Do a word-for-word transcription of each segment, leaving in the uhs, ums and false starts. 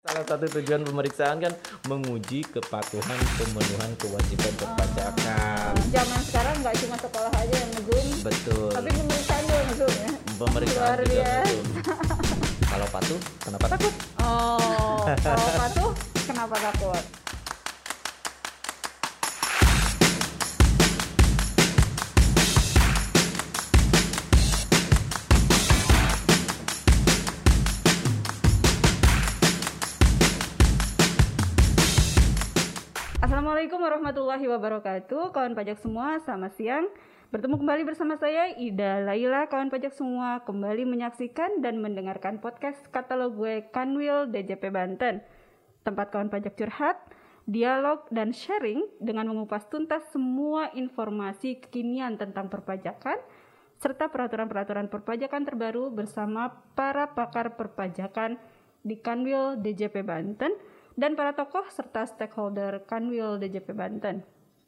Salah satu tujuan pemeriksaan kan menguji kepatuhan pemenuhan kewajiban perpajakan. Oh, zaman sekarang nggak cuma sekolah aja yang nge-zoom, Betul. tapi pemeriksaan juga nge-zoom ya. Pemeriksaan Luar juga biasa. nge-zoom. Kalau patuh, kenapa takut? Oh, kalau patuh kenapa takut? Assalamualaikum warahmatullahi wabarakatuh. Kawan pajak semua, selamat siang. Bertemu kembali bersama saya Ida Laila. Kawan pajak semua kembali menyaksikan dan mendengarkan podcast katalog gue Kanwil D J P Banten. Tempat kawan pajak curhat, dialog dan sharing dengan mengupas tuntas semua informasi kekinian tentang perpajakan serta peraturan-peraturan perpajakan terbaru bersama para pakar perpajakan di Kanwil D J P Banten dan para tokoh serta stakeholder Kanwil D J P Banten.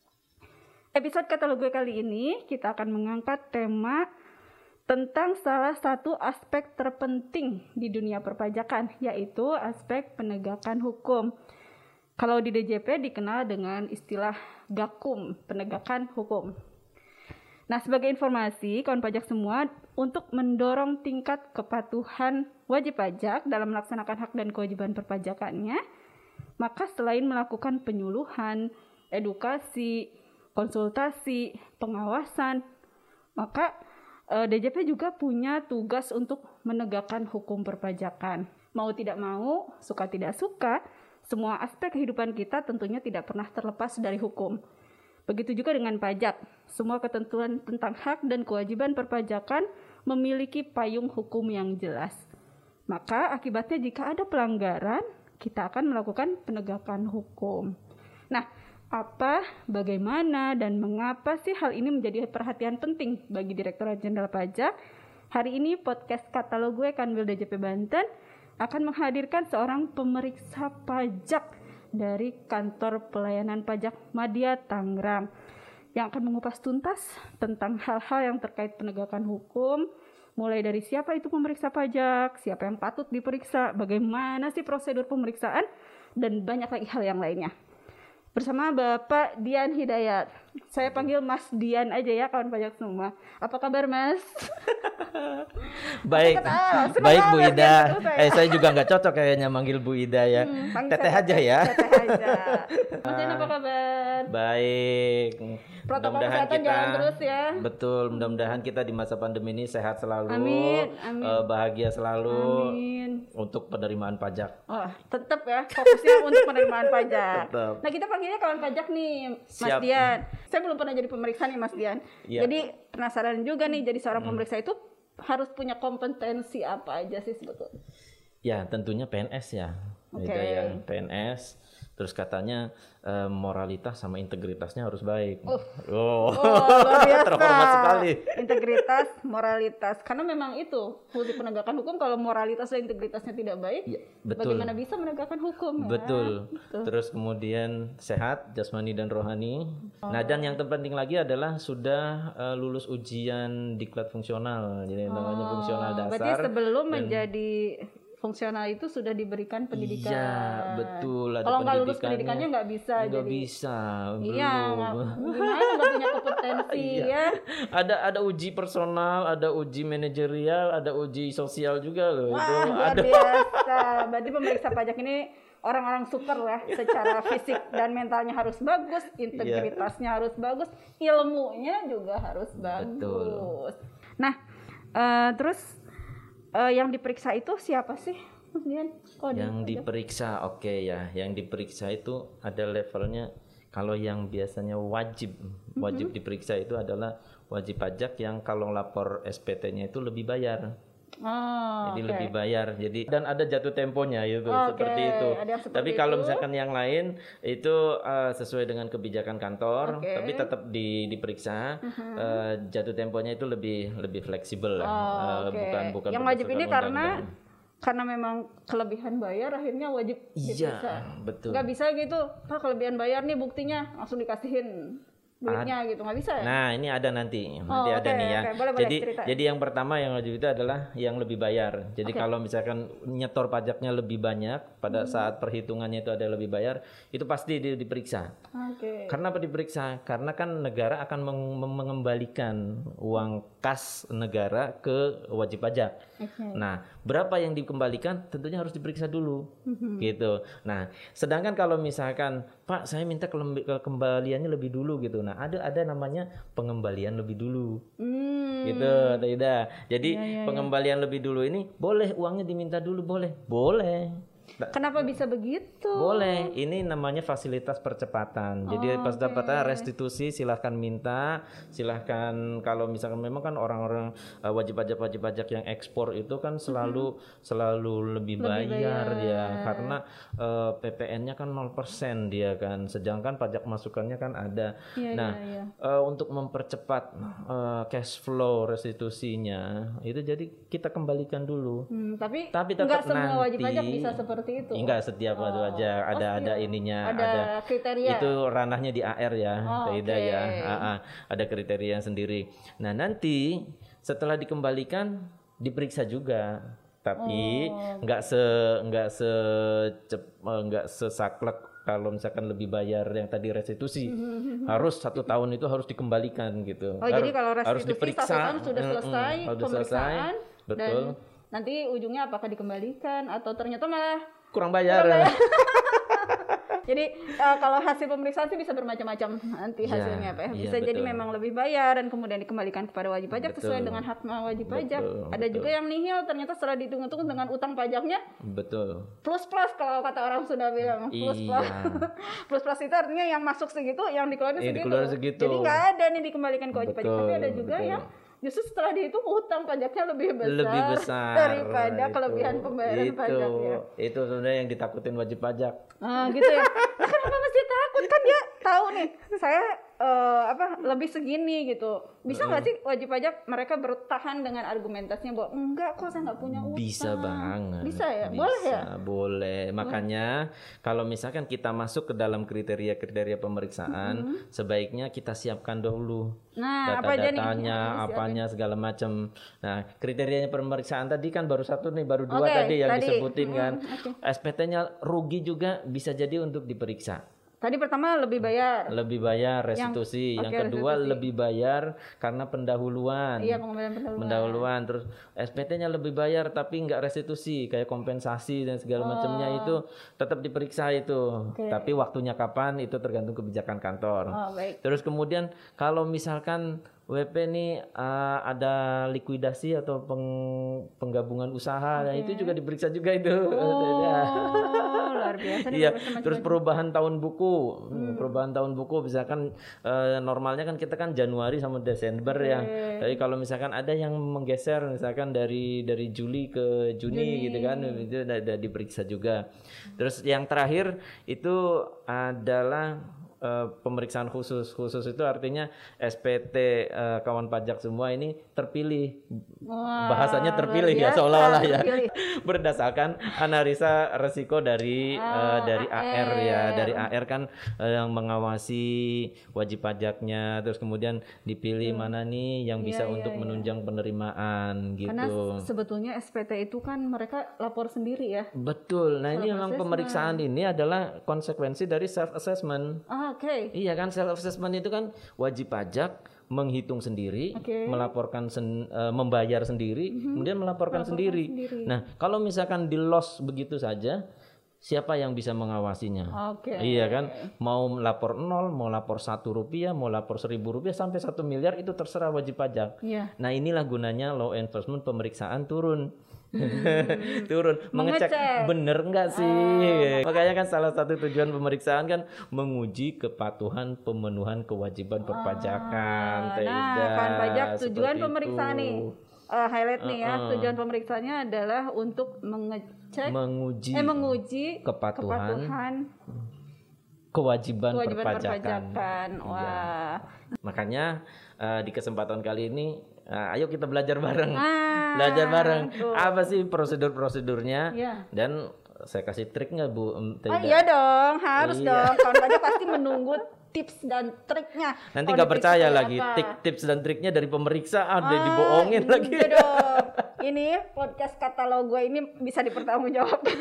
Episode katalog gue kali ini kita akan mengangkat tema tentang salah satu aspek terpenting di dunia perpajakan, yaitu aspek penegakan hukum. Kalau di D J P dikenal dengan istilah Gakum, penegakan hukum. Nah, sebagai informasi, kawan pajak semua, untuk mendorong tingkat kepatuhan wajib pajak dalam melaksanakan hak dan kewajiban perpajakannya, maka selain melakukan penyuluhan, edukasi, konsultasi, pengawasan, maka eh, D J P juga punya tugas untuk menegakkan hukum perpajakan. Mau tidak mau, suka tidak suka, semua aspek kehidupan kita tentunya tidak pernah terlepas dari hukum. Begitu juga dengan pajak. Semua ketentuan tentang hak dan kewajiban perpajakan memiliki payung hukum yang jelas. Maka akibatnya jika ada pelanggaran, kita akan melakukan penegakan hukum. Nah, apa, bagaimana, dan mengapa sih hal ini menjadi perhatian penting bagi Direktorat Jenderal Pajak? Hari ini podcast katalog gue Kanwil D J P Banten akan menghadirkan seorang pemeriksa pajak dari Kantor Pelayanan Pajak Madya Tangerang yang akan mengupas tuntas tentang hal-hal yang terkait penegakan hukum, mulai dari siapa itu pemeriksa pajak, siapa yang patut diperiksa, bagaimana sih prosedur pemeriksaan, dan banyak lagi hal yang lainnya. Bersama Bapak Dian Hidayat. Saya panggil Mas Dian aja ya, kawan pajak semua. Apa kabar, Mas? Baik, baik Bu Ida. Eh saya juga nggak cocok kayaknya manggil Bu Ida ya. Hmm, teteh aja ya. Teteh aja. Mas Dian apa kabar? Baik. Protokol kesehatan kita, jalan terus ya. Betul, mudah-mudahan kita di masa pandemi ini sehat selalu, amin, amin. Uh, bahagia selalu, amin. Untuk penerimaan pajak. Oh, tetap ya, fokusnya untuk penerimaan pajak. Tetap. Nah, kita panggilnya kawan pajak nih, Mas Siap. Dian. Saya belum pernah jadi pemeriksa nih, Mas Dian. Ya. Jadi penasaran juga nih, jadi seorang hmm. pemeriksa itu harus punya kompetensi apa aja sih sebetulnya? Ya, tentunya P N S ya. Oke. Okay. P N S. Terus katanya eh, moralitas sama integritasnya harus baik. Uh. Oh, oh luar biasa. Terhormat sekali. Integritas, moralitas. Karena memang itu fungsi penegakan hukum. Kalau moralitas dan integritasnya tidak baik, ya, betul. Bagaimana bisa menegakkan hukum? Betul. Ya? Betul. Terus kemudian sehat, jasmani dan rohani. Oh. Nah, dan yang terpenting lagi adalah sudah uh, lulus ujian diklat fungsional. Jadi oh. namanya fungsional dasar. Berarti sebelum dan, menjadi fungsional itu sudah diberikan pendidikan. Iya, betul. Kalau nggak lulus pendidikannya nggak bisa. Nggak jadi. bisa. Iya, gimana nggak punya kompetensi iya. ya? Ada ada uji personal, ada uji manajerial, ada uji sosial juga loh. Wah, itu luar ada. biasa. Berarti pemeriksa pajak ini orang-orang super lah. Secara fisik dan mentalnya harus bagus, integritasnya yeah. harus bagus, ilmunya juga harus bagus. Betul. Nah, uh, terus Uh, yang diperiksa itu siapa sih, Mas Dian? Oh, yang di, diperiksa, oke okay, ya. Yang diperiksa itu ada levelnya. Kalau yang biasanya wajib, wajib mm-hmm. diperiksa itu adalah wajib pajak yang kalau lapor S P T-nya itu lebih bayar. Oh, jadi okay. lebih bayar. Jadi dan ada jatuh temponya itu okay. seperti itu. Seperti tapi itu. Kalau misalkan yang lain itu uh, sesuai dengan kebijakan kantor, okay. tapi tetap di, diperiksa. Uh-huh. Uh, jatuh temponya itu lebih lebih fleksibel lah. Oh, uh, okay. Bukan bukan. Yang wajib ini karena karena memang kelebihan bayar akhirnya wajib diperiksa. Iya, betul. Nggak bisa gitu, Pak kelebihan bayar nih buktinya langsung dikasihin. duitnya gitu, nggak bisa ya? Nah ini ada nanti, nanti Oh, ada oke, nih ya. oke. Boleh, boleh, Jadi cerita. jadi yang pertama yang wajib itu adalah yang lebih bayar. Jadi Oke. kalau misalkan nyetor pajaknya lebih banyak pada saat perhitungannya itu ada lebih bayar, itu pasti di- diperiksa. Oke. Karena apa diperiksa? Karena kan negara akan meng- mengembalikan uang kas negara ke wajib pajak. Oke. Nah, berapa yang dikembalikan tentunya harus diperiksa dulu, gitu. Nah, sedangkan kalau misalkan Pak, saya minta kelembi- kembaliannya lebih dulu gitu. Nah, ada ada namanya pengembalian lebih dulu, Hmm. gitu, tidak. Jadi Iya, iya, iya. pengembalian lebih dulu ini boleh uangnya diminta dulu, boleh, boleh. Kenapa bisa begitu? Boleh, ini namanya fasilitas percepatan. Jadi pas dapat restitusi silahkan minta, silahkan kalau misalkan memang kan orang-orang uh, wajib pajak wajib pajak yang ekspor itu kan selalu selalu lebih, bayar, ya karena uh, P P N-nya kan nol persen dia kan, sedangkan pajak masukannya kan ada. Iya, Nah, iya, iya. uh, untuk mempercepat uh, cash flow restitusinya itu jadi kita kembalikan dulu. Hmm, tapi, Tapi nggak tetap semua wajib nanti- pajak bisa seperti itu. Enggak setiap wajib pajak ada ada ininya, Ada ada kriteria. itu ranahnya di A R ya, Oh, tidak oke. ya. Ah, ah, ada kriteria sendiri. Nah, nanti setelah dikembalikan diperiksa juga. Tapi Oh. enggak se enggak se cep- eh, enggak sesaklek kalau misalkan lebih bayar yang tadi restitusi. Harus satu tahun itu harus dikembalikan gitu. Oh, jadi Har- kalau harus restitusi diperiksa. satu tahun sudah Mm-mm, selesai sudah selesai. pemeriksaan Betul. dan nanti ujungnya apakah dikembalikan atau ternyata malah Kurang bayar. jadi eh, kalau hasil pemeriksaan sih bisa bermacam-macam nanti Iya, hasilnya Pak ya. iya, Bisa jadi betul. memang lebih bayar dan kemudian dikembalikan kepada wajib pajak sesuai Betul. dengan hak wajib pajak. Betul, Ada betul. juga yang nihil ternyata setelah dihitung-hitung dengan utang pajaknya Betul. plus plus kalau kata orang Sunda bilang plus plus. Iya. Plus plus itu artinya yang masuk segitu, yang dikeluarin Iya, segitu. dikeluarin segitu. Jadi nggak ada nih dikembalikan ke wajib pajak. Betul, Tapi ada juga betul. yang justru setelah dihitung utang pajaknya lebih besar, Lebih besar daripada itu. kelebihan pembayaran itu, pajaknya. Itu sebenarnya yang ditakutin wajib pajak. Ah gitu ya. Nah, kenapa mesti takut, kan dia tahu nih saya eh, apa lebih segini gitu. Bisa nggak sih wajib pajak mereka bertahan dengan argumentasinya bahwa enggak kok saya nggak punya utang. Bisa banget. Bisa ya? Bisa, Boleh ya? Boleh. Makanya kalau misalkan kita masuk ke dalam kriteria-kriteria pemeriksaan, Mm-hmm. sebaiknya kita siapkan dulu Nah, apa aja nih? data-datanya, Yang harus apanya segala macam. Nah, kriterianya pemeriksaan tadi kan baru satu nih, baru dua Oke, tadi yang tadi. disebutin kan. Mm, oke. S P T-nya rugi juga bisa jadi untuk diperiksa. Tadi pertama lebih bayar. Lebih bayar restitusi. Yang, oke, kedua restitusi. lebih bayar karena pendahuluan. Iya, pengembalian pendahuluan. Pendahuluan. Terus S P T-nya lebih bayar tapi nggak restitusi, kayak kompensasi dan segala macamnya itu tetap diperiksa itu. Oke. Tapi waktunya kapan itu tergantung kebijakan kantor. Oh, baik. Terus kemudian kalau misalkan W P nih uh, ada likuidasi atau peng- penggabungan usaha, nah itu juga diperiksa juga itu. Oh, luar biasa nih Iya, macam-macam. terus perubahan tahun buku, perubahan tahun buku misalkan eh, normalnya kan kita kan Januari sama Desember ya. Tapi kalau misalkan ada yang menggeser misalkan dari dari Juli ke Juni, gitu kan, itu udah, udah diperiksa juga. Terus yang terakhir itu adalah eh, pemeriksaan khusus. Khusus itu artinya S P T eh, kawan pajak semua ini terpilih. Wah, Bahasanya terpilih luar ya biasa, seolah-olah ya. terpilih. Berdasarkan analisa resiko dari eh, dari A R ya, dari A R kan eh, yang mengawasi wajib pajaknya, terus kemudian dipilih mana nih yang bisa Iya, iya, untuk iya. menunjang penerimaan gitu. Karena sebetulnya S P T itu kan mereka lapor sendiri ya. Betul. Nah, ini Self memang assessment. pemeriksaan ini adalah konsekuensi dari self assessment. Ah, oke. Iya kan, self assessment itu kan wajib pajak menghitung sendiri, Oke. melaporkan sen- eh, membayar sendiri, kemudian melaporkan, sendiri. sendiri. Nah, kalau misalkan di loss begitu saja, siapa yang bisa mengawasinya? Oke. Iya kan, mau lapor nol, mau lapor satu rupiah, mau lapor seribu rupiah sampai satu miliar itu terserah wajib pajak. Iya. Nah, inilah gunanya law enforcement pemeriksaan turun. turun mengecek Mengecek. bener nggak sih. Makanya kan salah satu tujuan pemeriksaan kan menguji kepatuhan pemenuhan kewajiban perpajakan. Nah, Tidak, kawan pajak tujuan seperti pemeriksaan itu. nih. Eh, highlight nih ya, tujuan pemeriksaannya adalah untuk mengecek menguji eh menguji kepatuhan, kepatuhan kewajiban, kewajiban perpajakan. perpajakan. Wah. Makanya eh, di kesempatan kali ini eh, ayo kita belajar bareng. Ah, Belajar bareng. tuh. Apa sih prosedur-prosedurnya? Iya. Dan saya kasih trik nggak Bu? Oh iya dong, harus iya. dong. Kawan pajak pasti menunggu tips dan triknya. Nanti nggak percaya lagi, Tik, tips dan triknya dari pemeriksa ada ah, dibohongin lagi. Dong. Ini podcast katalog gue ini bisa dipertanggungjawabkan.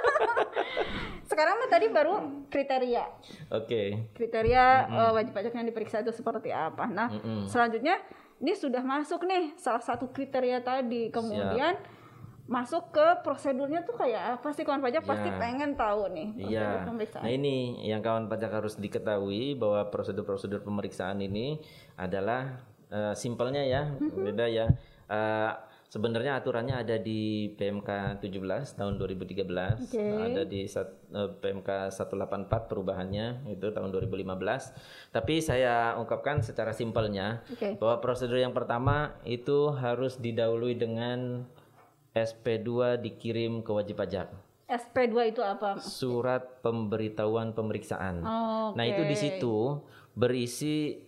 Sekarang mah tadi baru kriteria. Oke. Okay. Kriteria mm-hmm. uh, wajib pajak yang diperiksa itu seperti apa. Nah, mm-hmm. selanjutnya ini sudah masuk nih salah satu kriteria tadi. Kemudian Siap. masuk ke prosedurnya tuh kayak apa sih kawan pajak? Ya. Pasti pengen tahu nih. Iya. Nah ini yang kawan pajak harus diketahui bahwa prosedur-prosedur pemeriksaan ini adalah uh, simpelnya ya, mm-hmm. beda ya. Uh, Sebenarnya aturannya ada di P M K tujuh belas tahun dua ribu tiga belas, okay. ada di uh, P M K seratus delapan puluh empat perubahannya itu tahun dua ribu lima belas. Tapi saya ungkapkan secara simpelnya okay. bahwa prosedur yang pertama itu harus didahului dengan S P dua dikirim ke wajib pajak. S P dua itu apa? Surat pemberitahuan pemeriksaan. Oh, okay. Nah itu di situ berisi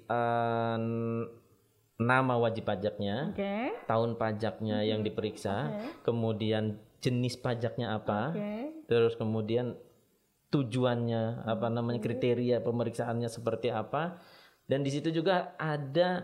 uh, nama wajib pajaknya, okay. tahun pajaknya mm-hmm. yang diperiksa, okay. kemudian jenis pajaknya apa, okay. terus kemudian tujuannya apa namanya kriteria pemeriksaannya seperti apa, dan di situ juga ada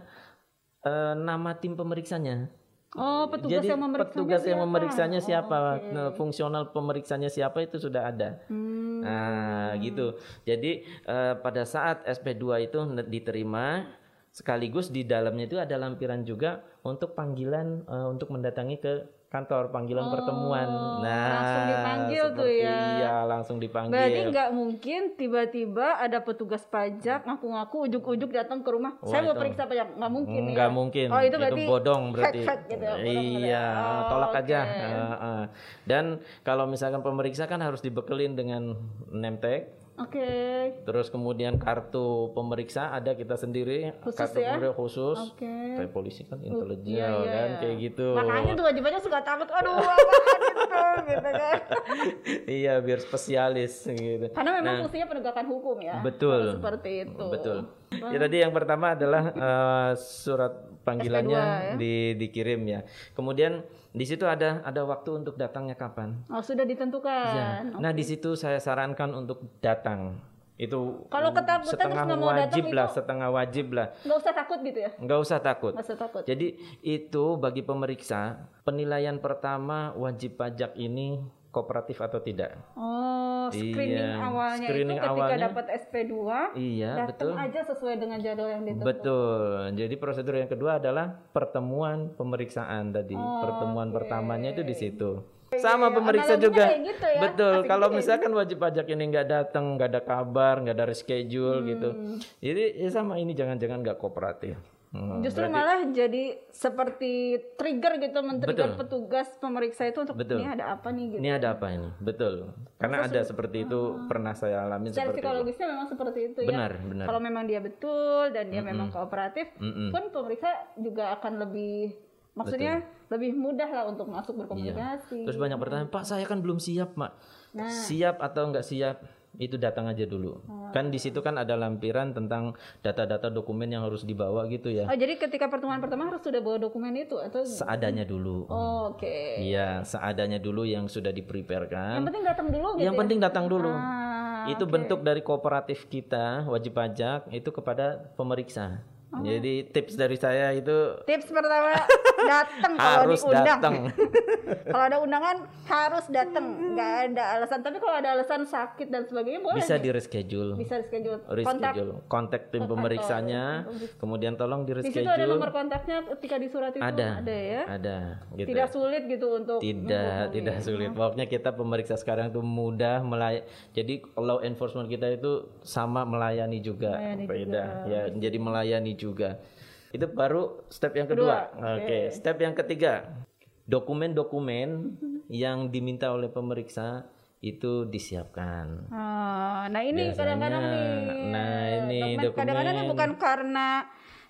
uh, nama tim pemeriksanya. Oh, petugas Jadi yang memeriksanya petugas siapa? yang memeriksanya siapa, oh, okay. nah, fungsional pemeriksanya siapa itu sudah ada. Hmm. Nah, gitu. Jadi uh, pada saat S P dua itu diterima, sekaligus di dalamnya itu ada lampiran juga untuk panggilan uh, untuk mendatangi ke kantor panggilan oh, pertemuan. Nah, langsung dipanggil tuh ya. Iya, langsung dipanggil. Berarti nggak mungkin tiba-tiba ada petugas pajak ngaku-ngaku ujuk-ujuk datang ke rumah. Wah, saya mau periksa pajak, nggak mungkin ya. Nggak mungkin. Oh, itu berarti itu bodong berarti. Fake, fake gitu ya, bodong iya, oh, tolak okay. aja. Uh, uh. Dan kalau misalkan pemeriksa kan harus dibekelin dengan name tag. Oke. Okay. Terus kemudian kartu pemeriksa ada kita sendiri, khusus kartu ya? pemeriksa khusus. Okay. Kayak polisi kan intelijen uh, iya, iya, kan iya. kayak gitu. Makanya tuh wajib-wajib suka takut, aduh apaan itu gitu kan. Iya, biar spesialis gitu. Karena memang nah, fungsinya penegakan hukum ya. Betul. Harus seperti itu. Betul. Ya, tadi yang pertama adalah uh, surat panggilannya S P dua, ya? di, dikirim ya. Kemudian di situ ada ada waktu untuk datangnya kapan. Oh, sudah ditentukan. Ya. Okay. Nah, di situ saya sarankan untuk datang. Itu kalau ketakutan setengah terus mau wajib datang lah, itu setengah wajib lah. Nggak usah takut gitu ya? Nggak usah takut. Nggak usah takut. Jadi itu bagi pemeriksa penilaian pertama wajib pajak ini kooperatif atau tidak. Oh, screening iya. awalnya screening itu ketika awalnya, dapat S P dua, iya, datang betul. aja sesuai dengan jadwal yang ditentukan. Betul. Jadi prosedur yang kedua adalah pertemuan pemeriksaan tadi. Oh, pertemuan okay. pertamanya itu di situ. Sama pemeriksa analoginya juga, gitu ya? betul. Asik Kalau gitu misalkan wajib pajak ini nggak datang, nggak ada kabar, nggak ada reschedule hmm. gitu, jadi ya sama ini jangan-jangan nggak kooperatif. Hmm, Justru berarti, malah jadi seperti trigger gitu, men-trigger petugas pemeriksa itu untuk betul. Ini ada apa nih? Gitu. Ini ada apa ini? Betul. Karena Masa ada su- seperti itu uh, pernah saya alami seperti itu. Psikologisnya memang seperti itu benar, ya. Benar. Kalau memang dia betul dan dia Mm-mm. memang kooperatif, Mm-mm. pun pemeriksa juga akan lebih maksudnya betul. Lebih mudah lah untuk masuk berkomunikasi. Iya. Terus banyak pertanyaan, Pak saya kan belum siap, Mak. Nah. Siap atau enggak siap? Itu datang aja dulu. Oh. Kan di situ kan ada lampiran tentang data-data dokumen yang harus dibawa gitu ya. Oh, jadi ketika pertemuan pertama harus sudah bawa dokumen itu atau seadanya dulu. Oh, oke. Okay. Iya, seadanya dulu yang sudah dipreparekan. Yang penting datang dulu gitu. Yang ya? penting datang dulu. Ah, itu okay. bentuk dari kooperatif kita wajib pajak itu kepada pemeriksa. Oh. Jadi tips dari saya itu tips pertama datang kalau harus diundang. Datang. Kalau ada undangan harus datang, nggak ada alasan. Tapi kalau ada alasan sakit dan sebagainya boleh. Bisa di reschedule. Bisa reschedule. Kontak, kontak tim pemeriksanya, kemudian tolong di reschedule. Di situ ada nomor kontaknya ketika di surat itu ada, ada ya. Ada. Gitu. Tidak sulit gitu untuk. Tidak, tidak sulit. Pokoknya kita pemeriksa sekarang itu mudah melayani. Jadi law enforcement kita itu sama melayani juga. Melayani beda. Juga. Ya, jadi melayani juga. Itu baru step yang kedua. kedua. Oke, okay. Step yang ketiga. Dokumen-dokumen yang diminta oleh pemeriksa itu disiapkan. Oh, nah ini kadang-kadang nih. Nah ini dokumen. Kadang-kadang ini bukan karena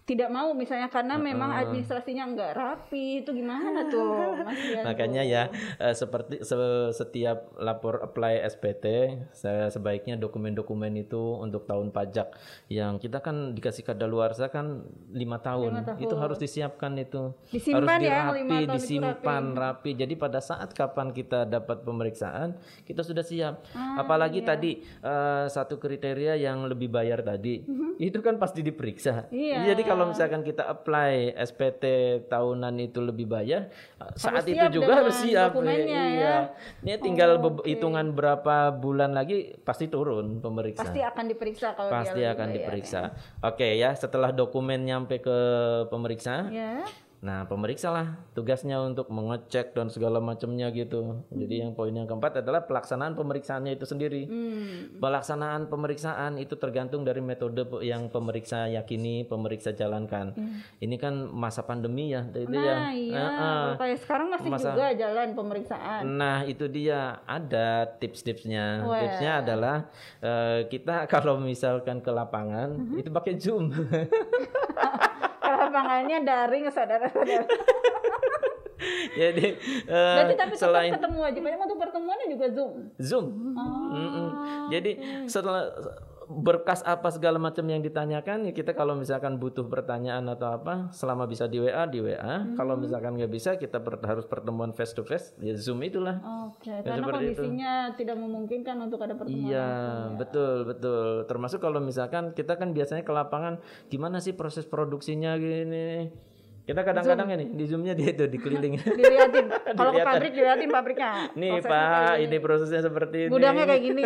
tidak mau misalnya karena memang administrasinya nggak rapi, itu gimana tuh Mas Yanto? Makanya ya eh, seperti se- setiap lapor apply S P T, saya sebaiknya dokumen-dokumen itu untuk tahun pajak yang kita kan dikasih kadaluarsa kan lima tahun. Lima tahun. Itu harus disiapkan itu, Disimpan harus ya, dirapi, lima tahun itu disimpan rapi. Jadi pada saat kapan kita dapat pemeriksaan kita sudah siap. Apalagi tadi eh, satu kriteria yang lebih bayar tadi, itu kan pasti diperiksa. Iya. Jadi kalau misalkan kita apply S P T tahunan itu lebih bayar, saat itu siap juga harus dengan siap. dokumennya iya. ya. Ini tinggal be- hitungan berapa bulan lagi pasti turun pemeriksaan. Pasti akan diperiksa kalau Pasti dia lebih akan bayar, diperiksa. Oke ya, setelah dokumen nyampe ke pemeriksa, ya. nah pemeriksa lah tugasnya untuk mengecek dan segala macamnya gitu. Jadi yang poin yang keempat adalah pelaksanaan pemeriksaannya itu sendiri. Hmm. Pelaksanaan pemeriksaan itu tergantung dari metode pe- yang pemeriksa yakini, pemeriksa jalankan. Ini kan masa pandemi ya, itu ya. Nah iya, Ah, ah. kayak sekarang masih Masa- juga jalan pemeriksaan. Nah itu dia, ada tips-tipsnya. Wah. Tipsnya adalah eh, kita kalau misalkan ke lapangan itu pakai Zoom. Lapangannya daring saudara-saudara. Jadi eh, Berarti tapi tetap selain ketemu wajib aja untuk pertemuannya juga Zoom. Zoom. Mm-mm. Jadi setelah berkas apa segala macam yang ditanyakan ya kita kalau misalkan butuh pertanyaan atau apa selama bisa di W A di W A. Kalau misalkan nggak bisa kita per- harus pertemuan face to face ya Zoom itulah. Oke, Ya, karena seperti itu. kondisinya tidak memungkinkan untuk ada pertemuan. Iya, betul, betul. Termasuk kalau misalkan kita kan biasanya ke lapangan, gimana sih proses produksinya gini. Kita kadang-kadang ini di Zoom-nya dia itu dikeliling. Dilihatin. Kalau ke Dilihatin. pabrik dilihatin pabriknya. Nih Prosesnya Pak, kayak ini prosesnya seperti ini. gudangnya kayak gini.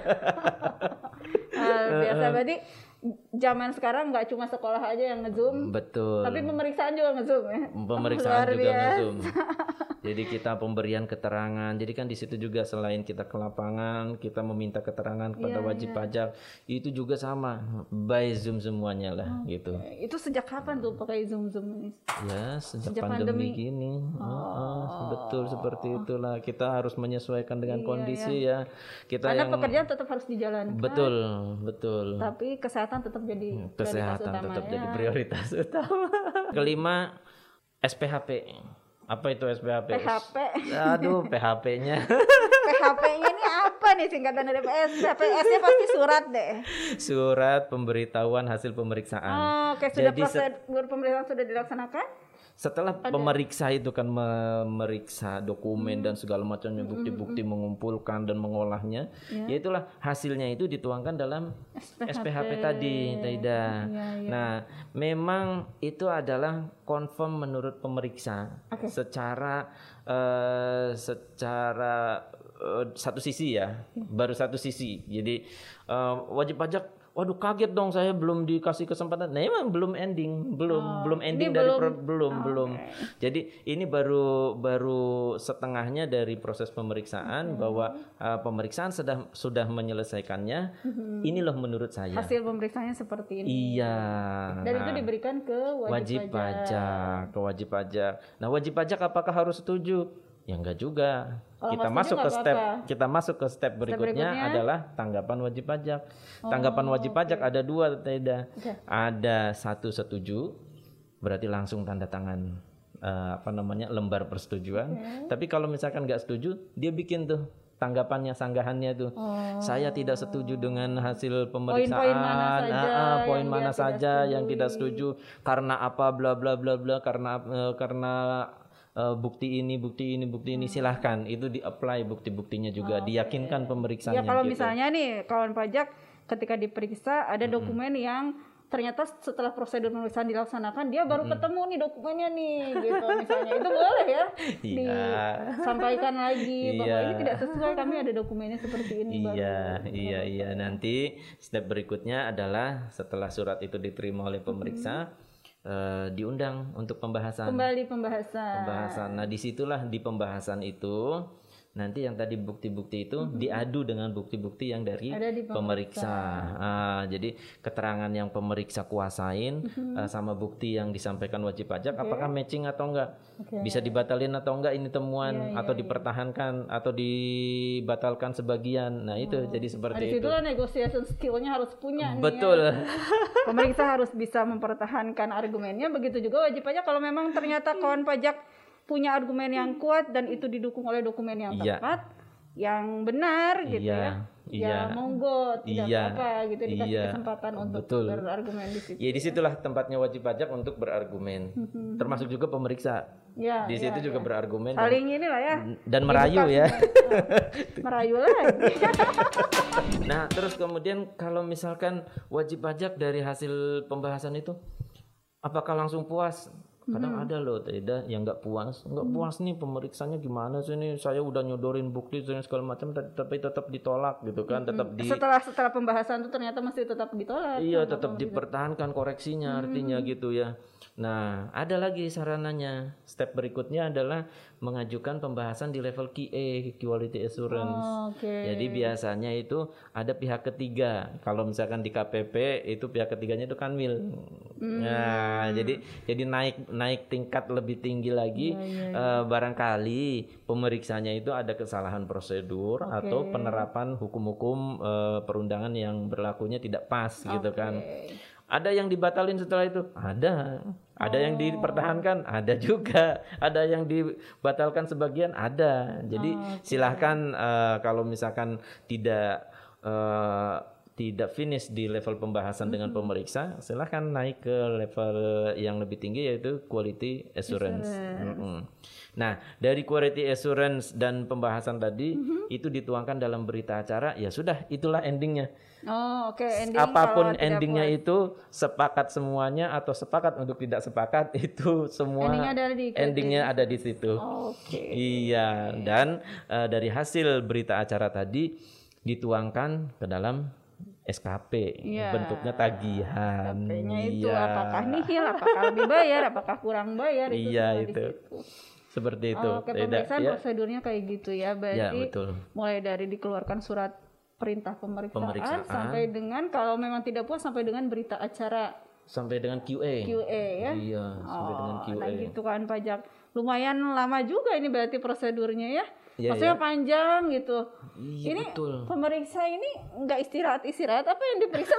Ah, biasa berarti zaman sekarang nggak cuma sekolah aja yang nge-zoom, Betul. tapi pemeriksaan juga nge-zoom ya. Pemeriksaan Luar juga biasa. nge-zoom. Jadi kita pemberian keterangan. Jadi kan di situ juga selain kita ke lapangan, kita meminta keterangan kepada Iya, wajib pajak, itu juga sama by Zoom semuanya lah gitu. Itu sejak kapan tuh pakai zoom-zoom ini? Ya sejak, Sejak pandemi, pandemi. gini, Heeh, betul seperti itulah. Kita harus menyesuaikan dengan kondisi ya. Kita Karena yang pekerjaan tetap harus dijalankan. betul, betul. Tapi kesehatan tetap jadi prioritas Kesehatan utama tetap ya. jadi prioritas utama. Kelima, S P H P. Apa itu S P H P? P H P. Aduh, P H P-nya. P H P-nya ini apa nih singkatan dari P S? P S-nya pasti surat deh. Surat pemberitahuan hasil pemeriksaan. Oh, Oke, sudah Jadi se- prosedur pemeriksaan sudah dilaksanakan? Setelah pemeriksa itu kan memeriksa dokumen dan segala macamnya, bukti-bukti mengumpulkan dan mengolahnya, ya itulah hasilnya itu dituangkan dalam S P H P tadi, Taida. Nah, memang itu adalah confirm menurut pemeriksa secara eh, secara eh, satu sisi ya, baru satu sisi. Jadi eh, wajib pajak waduh kaget dong saya belum dikasih kesempatan. Nah, emang belum ending, belum belum ending ini dari belum- pro- belum belum. Jadi ini baru baru setengahnya dari proses pemeriksaan bahwa uh, pemeriksaan sudah sudah menyelesaikannya. Ini loh menurut saya. Hasil pemeriksaannya seperti ini. Iya. Dan Nah, itu diberikan ke wajib, wajib pajak. pajak, ke wajib pajak. Nah, wajib pajak apakah harus setuju? Ya enggak juga. Kalau kita nggak masuk setuju ke nggak step apa-apa. kita masuk ke step berikutnya, berikutnya? adalah tanggapan wajib pajak. Tanggapan wajib pajak ada dua, Teda. Oke. Ada satu setuju, berarti langsung tanda tangan eh, apa namanya lembar persetujuan. Tapi kalau misalkan nggak setuju, dia bikin tuh tanggapannya, sanggahannya tuh. Saya tidak setuju dengan hasil pemeriksaan. Poin-poin mana saja Ah, ah, poin yang mana dia tidak saja yang tidak setujui. setuju karena apa bla bla bla bla karena eh, karena eh, bukti ini bukti ini bukti ini silahkan itu di apply bukti-buktinya juga diyakinkan pemeriksanya. Ya kalau gitu. misalnya nih kawan pajak ketika diperiksa ada dokumen yang ternyata setelah prosedur pemeriksaan dilaksanakan dia baru ketemu nih dokumennya nih gitu misalnya itu boleh ya Iya. disampaikan lagi bahwa Iya. ini tidak sesuai kami ada dokumennya seperti ini baru. Iya, iya, iya. Nanti step berikutnya adalah setelah surat itu diterima oleh pemeriksa, eh, diundang untuk pembahasan. Kembali pembahasan. Pembahasan. Nah, disitulah di pembahasan itu nanti yang tadi bukti-bukti itu mm-hmm. diadu dengan bukti-bukti yang dari pemeriksa. pemeriksa. Ah, jadi keterangan yang pemeriksa kuasain mm-hmm. uh, sama bukti yang disampaikan wajib pajak, okay. apakah matching atau enggak, okay. bisa dibatalin atau enggak ini temuan, yeah, atau yeah, dipertahankan yeah. atau dibatalkan sebagian. Nah itu oh. jadi seperti itu. Disitulah negotiation skillnya harus punya. Betul. Nih, ya. Pemeriksa harus bisa mempertahankan argumennya. Begitu juga wajib pajak kalau memang ternyata kawan pajak punya argumen yang kuat dan itu didukung oleh dokumen yang tepat, iya. yang benar gitu iya. ya. Iya. Ya monggo tidak iya. apa gitu dikasih iya. kesempatan untuk Betul. berargumen di situ. Ya disitulah tempatnya wajib pajak untuk berargumen, termasuk juga pemeriksa. Ya, di situ ya, juga ya. berargumen. Saling dan, inilah ya. Dan merayu ya. Merayu lagi. Nah terus kemudian kalau misalkan wajib pajak dari hasil pembahasan itu, apakah langsung puas? Kadang hmm. ada loh tidak yang nggak puas, nggak hmm. puas nih pemeriksanya gimana sih nih, saya udah nyodorin bukti dan segala macam tapi tetap ditolak gitu kan, hmm. tetap di setelah setelah pembahasan itu ternyata masih tetap ditolak. Iya tetap dipertahankan koreksinya hmm. artinya gitu ya. Nah ada lagi sarananya, step berikutnya adalah mengajukan pembahasan di level Q A, Quality Assurance. Oh, okay. Jadi biasanya itu ada pihak ketiga. Kalau misalkan di K P P itu pihak ketiganya itu Kanwil. Hmm. Nah jadi jadi naik naik tingkat lebih tinggi lagi. Yeah, yeah, yeah. Uh, barangkali pemeriksanya itu ada kesalahan prosedur okay. atau penerapan hukum-hukum uh, perundangan yang berlakunya tidak pas okay. gitu kan. Ada yang dibatalin setelah itu? Ada. Ada oh. yang dipertahankan? Ada juga. Ada yang dibatalkan sebagian? Ada. Jadi oh, okay. silahkan uh, kalau misalkan tidak uh, tidak finish di level pembahasan mm-hmm. dengan pemeriksa, silahkan naik ke level yang lebih tinggi yaitu quality assurance. assurance. Mm-hmm. Nah, dari quality assurance dan pembahasan tadi mm-hmm. itu dituangkan dalam berita acara, ya sudah itulah endingnya. Oh, oke. Okay. Ending apapun endingnya itu sepakat semuanya atau sepakat untuk tidak sepakat itu semua endingnya ada di, endingnya ada di situ. Oh, oke. Okay. Iya, dan uh, dari hasil berita acara tadi dituangkan ke dalam S K P, ya, bentuknya tagihan. S K P-nya itu iya. apakah nihil, apakah lebih bayar, apakah kurang bayar itu iya, itu. Seperti itu. Oh, oke, pemeriksaan ya. Prosedurnya kayak gitu ya. Berarti ya, betul. mulai dari dikeluarkan surat perintah pemeriksaan, pemeriksaan sampai dengan kalau memang tidak puas sampai dengan berita acara, sampai dengan Q A. Q A ya. Iya, sampai oh, dengan Q A. Nah gitu kan pajak. Lumayan lama juga ini berarti prosedurnya ya. Ya, maksudnya ya. panjang gitu. Iya, ini betul. Pemeriksa ini nggak istirahat istirahat apa yang diperiksa?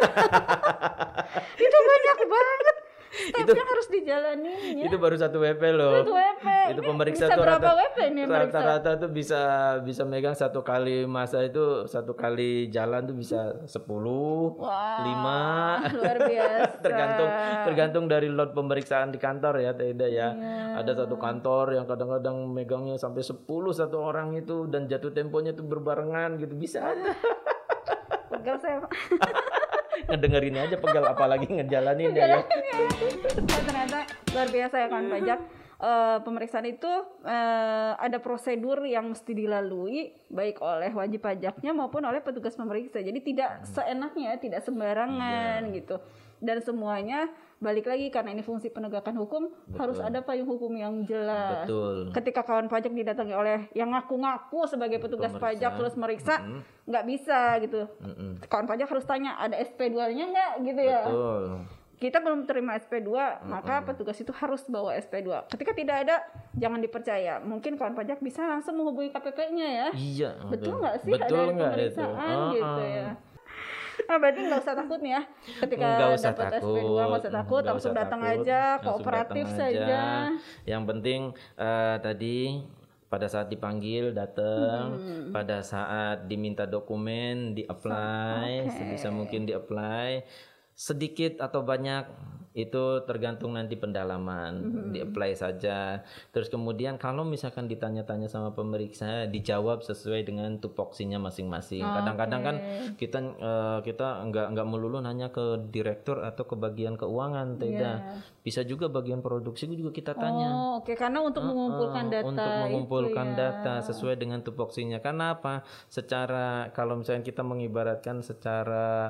Itu banyak banget. Stepnya harus dijalani ya. Itu baru satu W P loh. Satu W P. Itu pemeriksa bisa tuh berapa rata, W P ini rata-rata tuh bisa bisa megang satu kali masa itu satu kali jalan tuh bisa sepuluh, wow, lima. Luar biasa. tergantung tergantung dari load pemeriksaan di kantor ya, tidak ya. Yeah. Ada satu kantor yang kadang-kadang megangnya sampai sepuluh satu orang itu dan jatuh temponya tuh berbarengan gitu bisa ada. Pegal saya. Ngedengerin aja pegal apalagi ngejalanin ya. Nah, ternyata luar biasa ya kan pajak. Uh, pemeriksaan itu uh, ada prosedur yang mesti dilalui baik oleh wajib pajaknya maupun oleh petugas pemeriksa. Jadi tidak seenaknya, tidak sembarangan yeah. gitu. Dan semuanya balik lagi karena ini fungsi penegakan hukum. Betul. Harus ada payung hukum yang jelas. Betul. Ketika kawan pajak didatangi oleh yang ngaku-ngaku sebagai petugas pajak terus meriksa, mm-hmm. nggak bisa gitu. Mm-hmm. Kawan pajak harus tanya ada S P dua-nya nggak gitu ya. Betul. Kita belum terima S P dua, mm-hmm. maka petugas itu harus bawa S P dua. Ketika tidak ada, jangan dipercaya. Mungkin kawan pajak bisa langsung menghubungi K P P-nya ya. Iya. Betul nggak sih betul ada pemeriksaan itu? gitu ya. Nah, berarti nggak usah takut nih ya ketika dapat S P dua, nggak usah takut, nggak langsung datang aja, kooperatif datang saja. Aja. Yang penting uh, tadi pada saat dipanggil datang, hmm. pada saat diminta dokumen di-apply, okay. sebisa mungkin di-apply, sedikit atau banyak itu tergantung nanti pendalaman, mm-hmm. di-apply saja. Terus kemudian kalau misalkan ditanya-tanya sama pemeriksa, dijawab sesuai dengan tupoksinya masing-masing. Okay. Kadang-kadang kan kita uh, kita enggak enggak melulu nanya ke direktur atau ke bagian keuangan, tidak. Yeah. Bisa juga bagian produksi juga kita tanya. Oh, oke, okay. Karena untuk uh, mengumpulkan data. Untuk mengumpulkan itu, data ya. sesuai dengan tupoksinya. Karena apa? Secara kalau misalnya kita mengibaratkan secara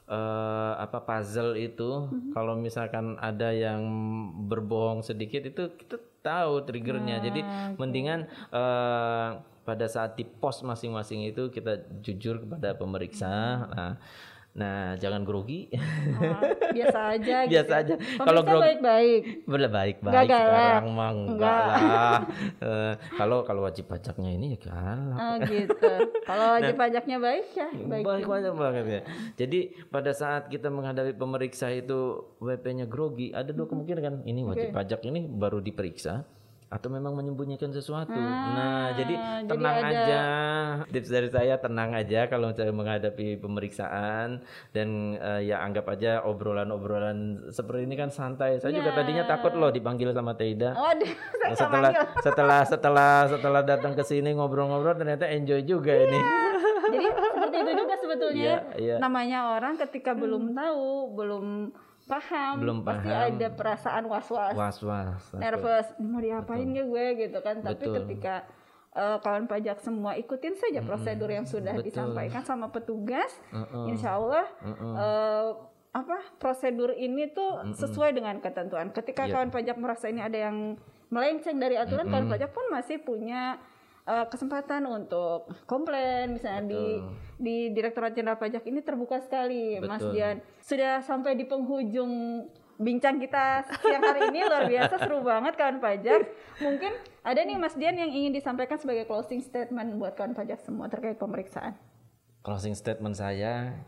uh, apa puzzle itu mm-hmm. kalau misalkan ada yang berbohong sedikit itu kita tahu triggernya. Nah, jadi okay. mendingan uh, pada saat di post masing-masing itu kita jujur kepada pemeriksa. Hmm. Nah, nah jangan grogi. Oh, biasa aja. Biasa gitu. aja. Kalau grogi baik-baik. Baik-baik sekarang mah enggak lah. uh, kalau kalau wajib pajaknya ini ya galak. Oh gitu. Kalau wajib nah, pajaknya baik ya baik. Baik banget banget ya. Jadi pada saat kita menghadapi pemeriksa itu W P-nya grogi, ada dua kemungkinan kan. Ini wajib okay. pajak ini baru diperiksa atau memang menyembunyikan sesuatu. Ah, nah, jadi tenang jadi ada... aja. Tips dari saya tenang aja kalau saya menghadapi pemeriksaan dan uh, ya anggap aja obrolan-obrolan seperti ini kan santai. Saya yeah. juga tadinya takut loh dipanggil sama Teida. Oh, nah, setelah setelah setelah setelah datang ke sini ngobrol-ngobrol ternyata enjoy juga yeah. ini. Jadi seperti itu juga sebetulnya. Yeah, yeah. Namanya orang ketika hmm. belum tahu, belum paham, belum pasti paham. ada perasaan was-was, was-was, nervous, mau diapain ya gue gitu kan. Tapi Betul. ketika uh, kawan pajak semua ikutin saja prosedur yang sudah Betul. disampaikan sama petugas, uh-uh. insya Allah uh-uh. uh, apa prosedur ini tuh uh-uh. sesuai dengan ketentuan. Ketika yeah. kawan pajak merasa ini ada yang melenceng dari aturan, uh-uh. kawan pajak pun masih punya Uh, kesempatan untuk komplain misalnya Betul. di di Direktorat Jenderal Pajak ini terbuka sekali. Betul. Mas Dian sudah sampai di penghujung bincang kita siang hari ini luar biasa seru banget kawan pajak. Mungkin ada nih Mas Dian yang ingin disampaikan sebagai closing statement buat kawan pajak semua terkait pemeriksaan. Closing statement saya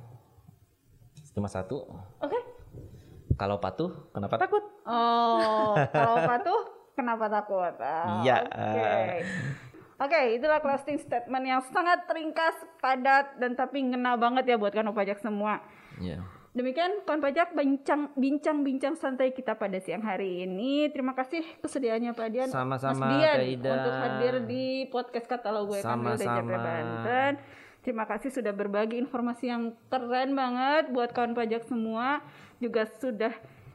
cuma satu. Oke. Okay. Kalau patuh kenapa takut? Oh, kalau patuh kenapa takut? Iya. Oh, Oke. Okay. Oke, okay, itulah closing statement yang sangat ringkas, padat, dan tapi ngena banget ya buat kawan pajak semua. Yeah. Demikian kawan pajak bincang, bincang-bincang santai kita pada siang hari ini. Terima kasih kesediaannya Pak Dian, Sama-sama, Mas Dian Teida. untuk hadir di podcast Katalog Gue Kanwil D J P Banten. Terima kasih sudah berbagi informasi yang keren banget buat kawan pajak semua. Juga sudah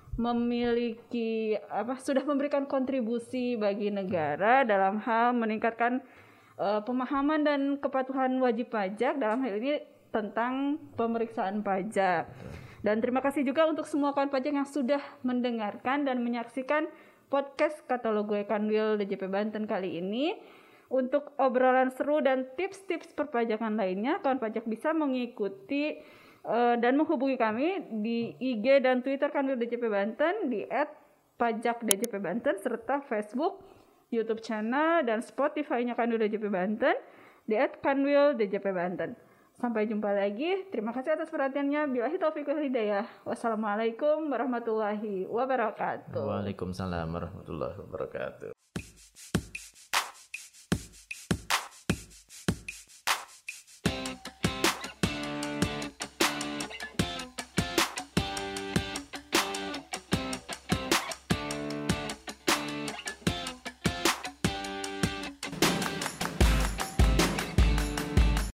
memiliki apa sudah memberikan kontribusi bagi negara dalam hal meningkatkan uh, pemahaman dan kepatuhan wajib pajak dalam hal ini tentang pemeriksaan pajak. Dan terima kasih juga untuk semua kawan pajak yang sudah mendengarkan dan menyaksikan podcast Katalog Gue Kanwil D J P Banten kali ini. Untuk obrolan seru dan tips-tips perpajakan lainnya, kawan pajak bisa mengikuti Uh, dan menghubungi kami di I G dan Twitter Kanwil D J P Banten di et pajak D J P Banten serta Facebook, YouTube channel dan Spotify-nya Kanwil D J P Banten di et kanwil D J P Banten. Sampai jumpa lagi. Terima kasih atas perhatiannya. Billahi taufiq wal hidayah. Wassalamualaikum warahmatullahi wabarakatuh. Waalaikumsalam warahmatullahi wabarakatuh.